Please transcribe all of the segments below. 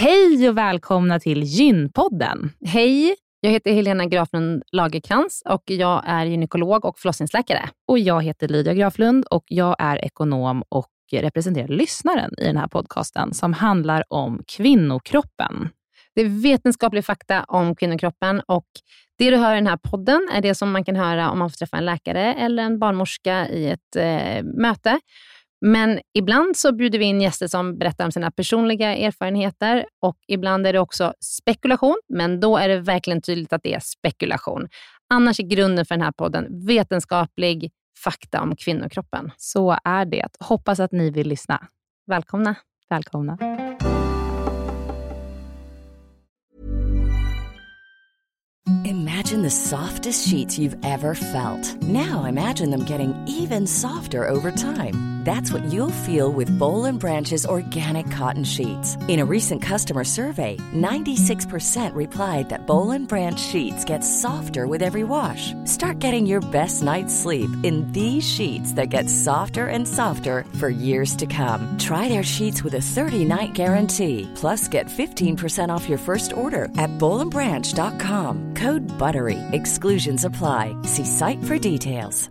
Hej och välkomna till Gynpodden. Hej, jag heter Helena Graflund Lagerkrans och jag är gynekolog och förlossningsläkare. Och jag heter Lydia Graflund och jag är ekonom och representerar lyssnaren i den här podcasten som handlar om kvinnokroppen. Det är vetenskaplig fakta om kvinnokroppen och det du hör i den här podden är det som man kan höra om man får träffa en läkare eller en barnmorska i ett möte. Men ibland så bjuder vi in gäster som berättar om sina personliga erfarenheter och ibland är det också spekulation, men då är det verkligen tydligt att det är spekulation. Annars är grunden för den här podden vetenskaplig fakta om kvinnokroppen. Så är det. Hoppas att ni vill lyssna. Välkomna. Välkomna. Imagine the softest sheets you've ever felt. Now imagine them getting even softer over time. That's what you'll feel with Boll & Branch's organic cotton sheets. In a recent customer survey, 96% replied that Boll & Branch sheets get softer with every wash. Start getting your best night's sleep in these sheets that get softer and softer for years to come. Try their sheets with a 30-night guarantee. Plus, get 15% off your first order at bollandbranch.com. Code BUTTERY. Exclusions apply. See site for details.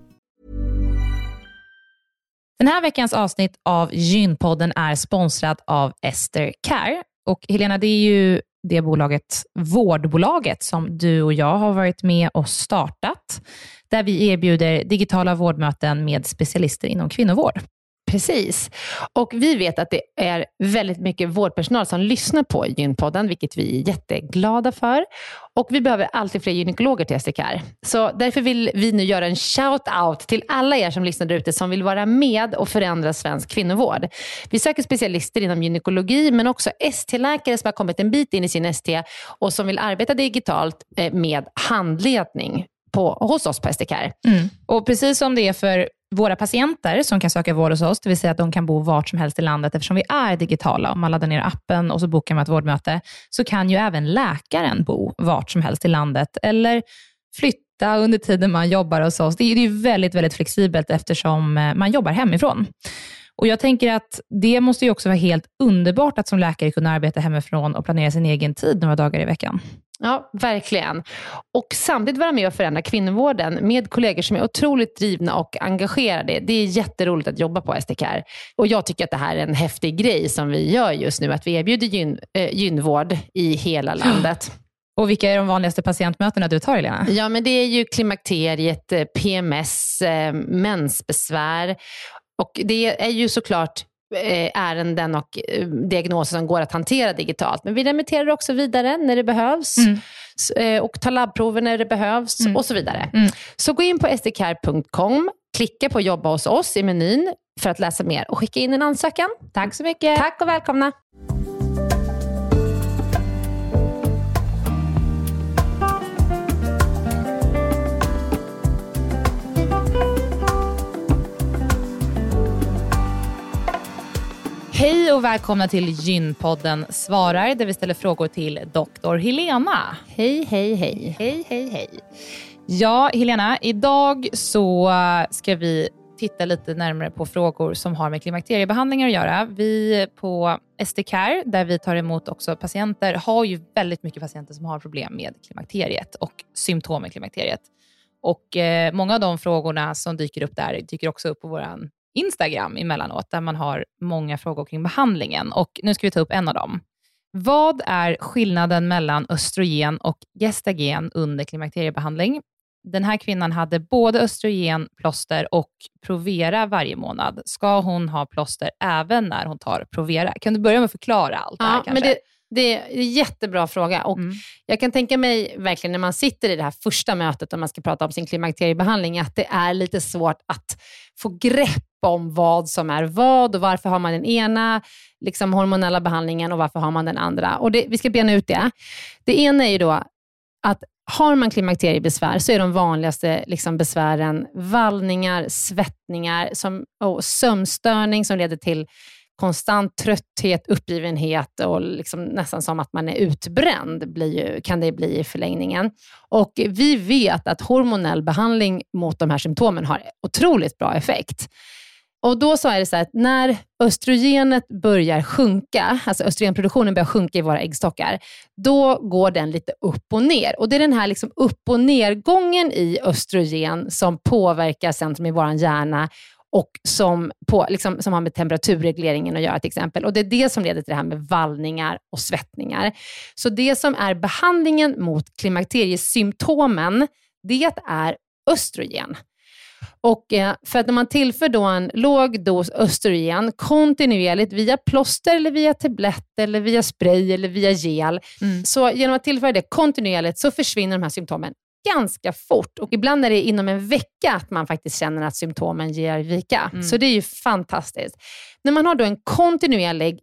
Den här veckans avsnitt av Gynpodden är sponsrad av Ester Care. Och Helena, det är ju det vårdbolaget som du och jag har varit med och startat. Där vi erbjuder digitala vårdmöten med specialister inom kvinnovård. Precis. Och vi vet att det är väldigt mycket vårdpersonal som lyssnar på Gynpodden, vilket vi är jätteglada för. Och vi behöver alltid fler gynekologer till SDK. Så därför vill vi nu göra en shout-out till alla er som lyssnar där ute som vill vara med och förändra svensk kvinnovård. Vi söker specialister inom gynekologi men också ST-läkare som har kommit en bit in i sin ST och som vill arbeta digitalt med handledning hos oss på SDK. Och precis som det är för våra patienter som kan söka vård hos oss, det vill säga att de kan bo vart som helst i landet eftersom vi är digitala. Om man laddar ner appen och så bokar man ett vårdmöte så kan ju även läkaren bo vart som helst i landet eller flytta under tiden man jobbar hos oss. Det är ju väldigt, väldigt flexibelt eftersom man jobbar hemifrån. Och jag tänker att det måste ju också vara helt underbart att som läkare kunna arbeta hemifrån och planera sin egen tid några dagar i veckan. Ja, verkligen. Och samtidigt vara med och förändra kvinnovården med kollegor som är otroligt drivna och engagerade. Det är jätteroligt att jobba på SDK. Och jag tycker att det här är en häftig grej som vi gör just nu. Att vi erbjuder gynvård i hela landet. Och vilka är de vanligaste patientmötena du tar, Helena? Ja, men det är ju klimakteriet, PMS, mensbesvär. Och det är ju såklart ärenden och diagnoser som går att hantera digitalt. Men vi remitterar också vidare när det behövs. Och tar labbprover när det behövs och så vidare. Så gå in på sdcare.com, klicka på jobba hos oss i menyn för att läsa mer och skicka in en ansökan. Tack så mycket. Tack och välkomna. Hej och välkomna till Gynpodden svarar där vi ställer frågor till doktor Helena. Hej, hej, hej. Hej, hej, hej. Ja, Helena, idag så ska vi titta lite närmare på frågor som har med klimakteriebehandlingar att göra. Vi på SDK, där vi tar emot också patienter, har ju väldigt mycket patienter som har problem med klimakteriet och symptom med klimakteriet. Och många av de frågorna som dyker upp där dyker också upp på våran Instagram emellanåt där man har många frågor kring behandlingen. Och nu ska vi ta upp en av dem. Vad är skillnaden mellan östrogen och gestagen under klimakteriebehandling? Den här kvinnan hade både östrogen, plåster och Provera varje månad. Ska hon ha plåster även när hon tar Provera? Kan du börja med att förklara allt det här kanske? Men det är en jättebra fråga och jag kan tänka mig verkligen när man sitter i det här första mötet och man ska prata om sin klimakteriebehandling att det är lite svårt att få grepp om vad som är vad och varför har man den ena liksom hormonella behandlingen och varför har man den andra. Och vi ska bena ut det. Det ena är ju då att har man klimakteriebesvär så är de vanligaste liksom besvären vallningar, svettningar och sömnstörning som leder till konstant trötthet, uppgivenhet och liksom nästan som att man är utbränd kan det bli i förlängningen. Och vi vet att hormonell behandling mot de här symptomen har otroligt bra effekt. Och då så är det så här att när östrogenet börjar sjunka, alltså östrogenproduktionen börjar sjunka i våra äggstockar, då går den lite upp och ner. Och det är den här liksom upp- och nergången i östrogen som påverkar centrum i vår hjärna och som har med temperaturregleringen att göra till exempel. Och det är det som leder till det här med vallningar och svettningar. Så det som är behandlingen mot klimakteriesymptomen, det är östrogen. Och för att när man tillför då en låg dos östrogen kontinuerligt via plåster eller via tablett eller via spray eller via gel, så genom att tillföra det kontinuerligt så försvinner de här symptomen ganska fort. Och ibland är det inom en vecka att man faktiskt känner att symptomen ger vika. Så det är ju fantastiskt. När man har då en kontinuerlig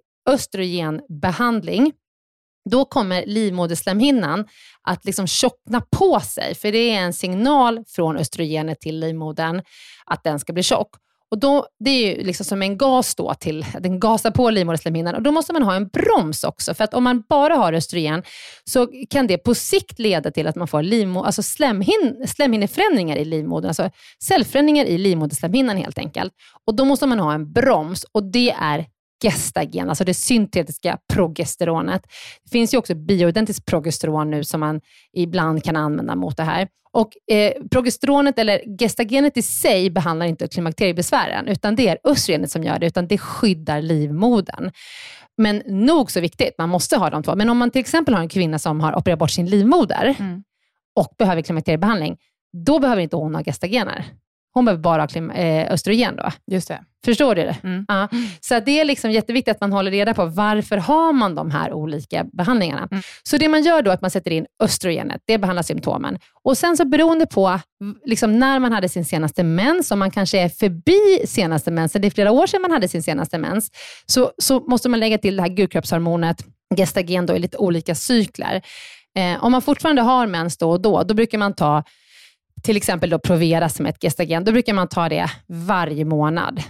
östrogenbehandling, då kommer livmoderslemhinnan att liksom tjockna på sig. För det är en signal från östrogenet till livmodern att den ska bli tjock. Och då, det är ju liksom som en gas då till, den gasar på livmoderslemhinnan. Och då måste man ha en broms också. För att om man bara har östrogen så kan det på sikt leda till att man får slemhinneförändringar i livmodern. Alltså cellförändringar i livmoderslemhinnan helt enkelt. Och då måste man ha en broms. Och det är gestagen, alltså det syntetiska progesteronet. Det finns ju också bioidentiskt progesteron nu som man ibland kan använda mot det här. Och progesteronet eller gestagenet i sig behandlar inte klimakteriebesvären, utan det är östrogenet som gör det, utan det skyddar livmodern. Men nog så viktigt, man måste ha de två. Men om man till exempel har en kvinna som har opererat bort sin livmoder och behöver klimakteriebehandling, då behöver inte hon ha gestagener. Hon behöver bara ha östrogen då. Just det. Förstår du det? Ja. Så det är liksom jätteviktigt att man håller reda på varför har man de här olika behandlingarna. Så det man gör då är att man sätter in östrogenet. Det behandlar symptomen. Och sen så beroende på liksom när man hade sin senaste mens, om man kanske är förbi senaste mensen, det är flera år sedan man hade sin senaste mens, så måste man lägga till det här gulkroppshormonet gestagen då i lite olika cykler. Om man fortfarande har mens då och då brukar man ta till exempel då Provera som ett gestagen. Då brukar man ta det varje månad.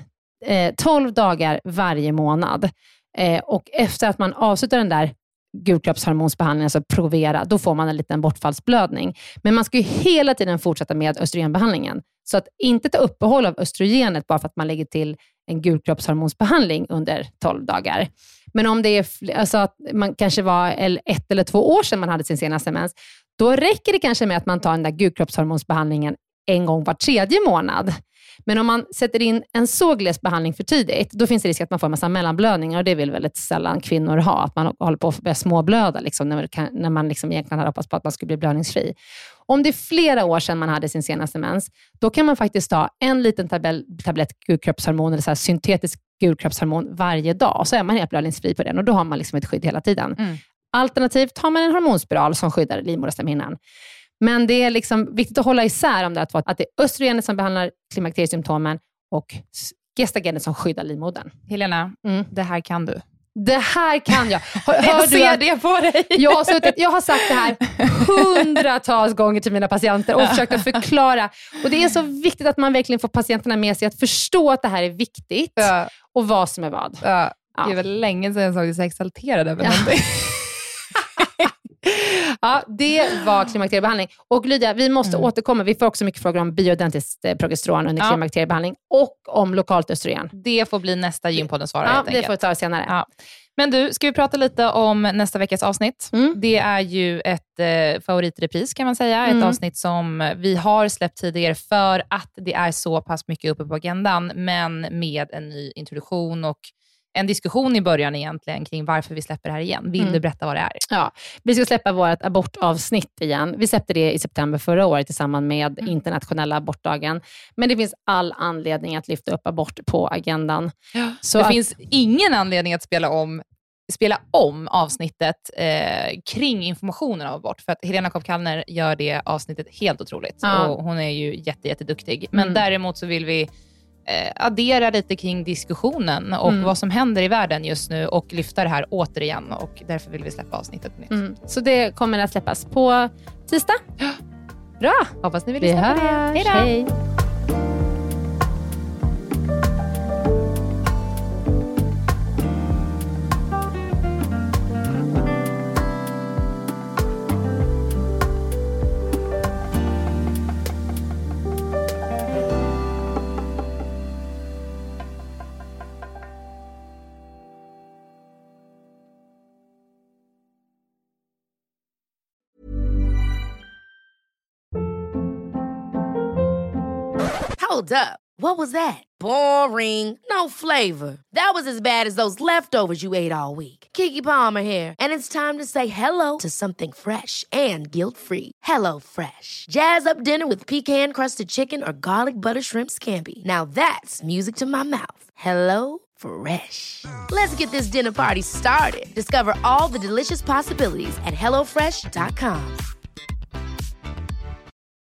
12 dagar varje månad. Och efter att man avslutar den där gulkroppshormonsbehandlingen, alltså Provera, då får man en liten bortfallsblödning. Men man ska ju hela tiden fortsätta med östrogenbehandlingen. Så att inte ta uppehåll av östrogenet bara för att man lägger till en gulkroppshormonsbehandling under 12 dagar. Men om det är alltså att man kanske var 1 eller 2 år sedan man hade sin senaste mens, då räcker det kanske med att man tar den där gulkroppshormonsbehandlingen en gång var 3:e månad. Men om man sätter in en så gles behandling för tidigt, då finns det risk att man får en massa mellanblödningar, och det vill väldigt sällan kvinnor ha. Att man håller på att börja småblöda liksom, när man liksom egentligen hade hoppats på att man skulle bli blödningsfri. Om det är flera år sedan man hade sin senaste mens, då kan man faktiskt ta en liten tablett gulkroppshormon eller så här syntetisk gulkroppshormon varje dag. Så är man helt blödningsfri på den, och då har man liksom ett skydd hela tiden. Alternativt har man en hormonspiral som skyddar livmoderslemhinnan. Men det är liksom viktigt att hålla isär om det att det är östrogenet som behandlar klimakteriesymptomen och gestagenet som skyddar livmodern. Helena, det här kan du. Det här kan jag. Jag ser det på dig. Jag har sagt det här 100-tals gånger till mina patienter och försökt att förklara. Och det är så viktigt att man verkligen får patienterna med sig att förstå att det här är viktigt och vad som är vad. Ja. Det var länge sedan jag såg dig så exalterad över någonting. Ja, det var klimakteriebehandling. Och Lydia, vi måste återkomma. Vi får också mycket frågor om bioidentiskt progesteron under klimakteriebehandling och om lokalt östrogen. Det får bli nästa Gympodden svarar helt enkelt. Det får vi ta senare. Ja. Men du, ska vi prata lite om nästa veckas avsnitt? Det är ju ett favoritrepris kan man säga. Ett avsnitt som vi har släppt tidigare för att det är så pass mycket uppe på agendan, men med en ny introduktion och en diskussion i början egentligen kring varför vi släpper det här igen. Vill du berätta vad det är? Ja, vi ska släppa vårt abortavsnitt igen. Vi släppte det i september förra året i samband med internationella abortdagen. Men det finns all anledning att lyfta upp abort på agendan. Ja. Så det finns ingen anledning att spela om avsnittet kring informationen av abort. För att Helena Kopp-Kallner gör det avsnittet helt otroligt. Ja. Och hon är ju jätteduktig. Men däremot så vill vi addera lite kring diskussionen och vad som händer i världen just nu och lyfta det här återigen, och därför vill vi släppa avsnittet nytt. Så det kommer att släppas på tisdag. Bra! Hoppas ni vill lyssna på det. Hej då! Hold up. What was that? Boring. No flavor. That was as bad as those leftovers you ate all week. Keke Palmer here, and it's time to say hello to something fresh and guilt-free. Hello Fresh. Jazz up dinner with pecan-crusted chicken or garlic butter shrimp scampi. Now that's music to my mouth. Hello Fresh. Let's get this dinner party started. Discover all the delicious possibilities at hellofresh.com.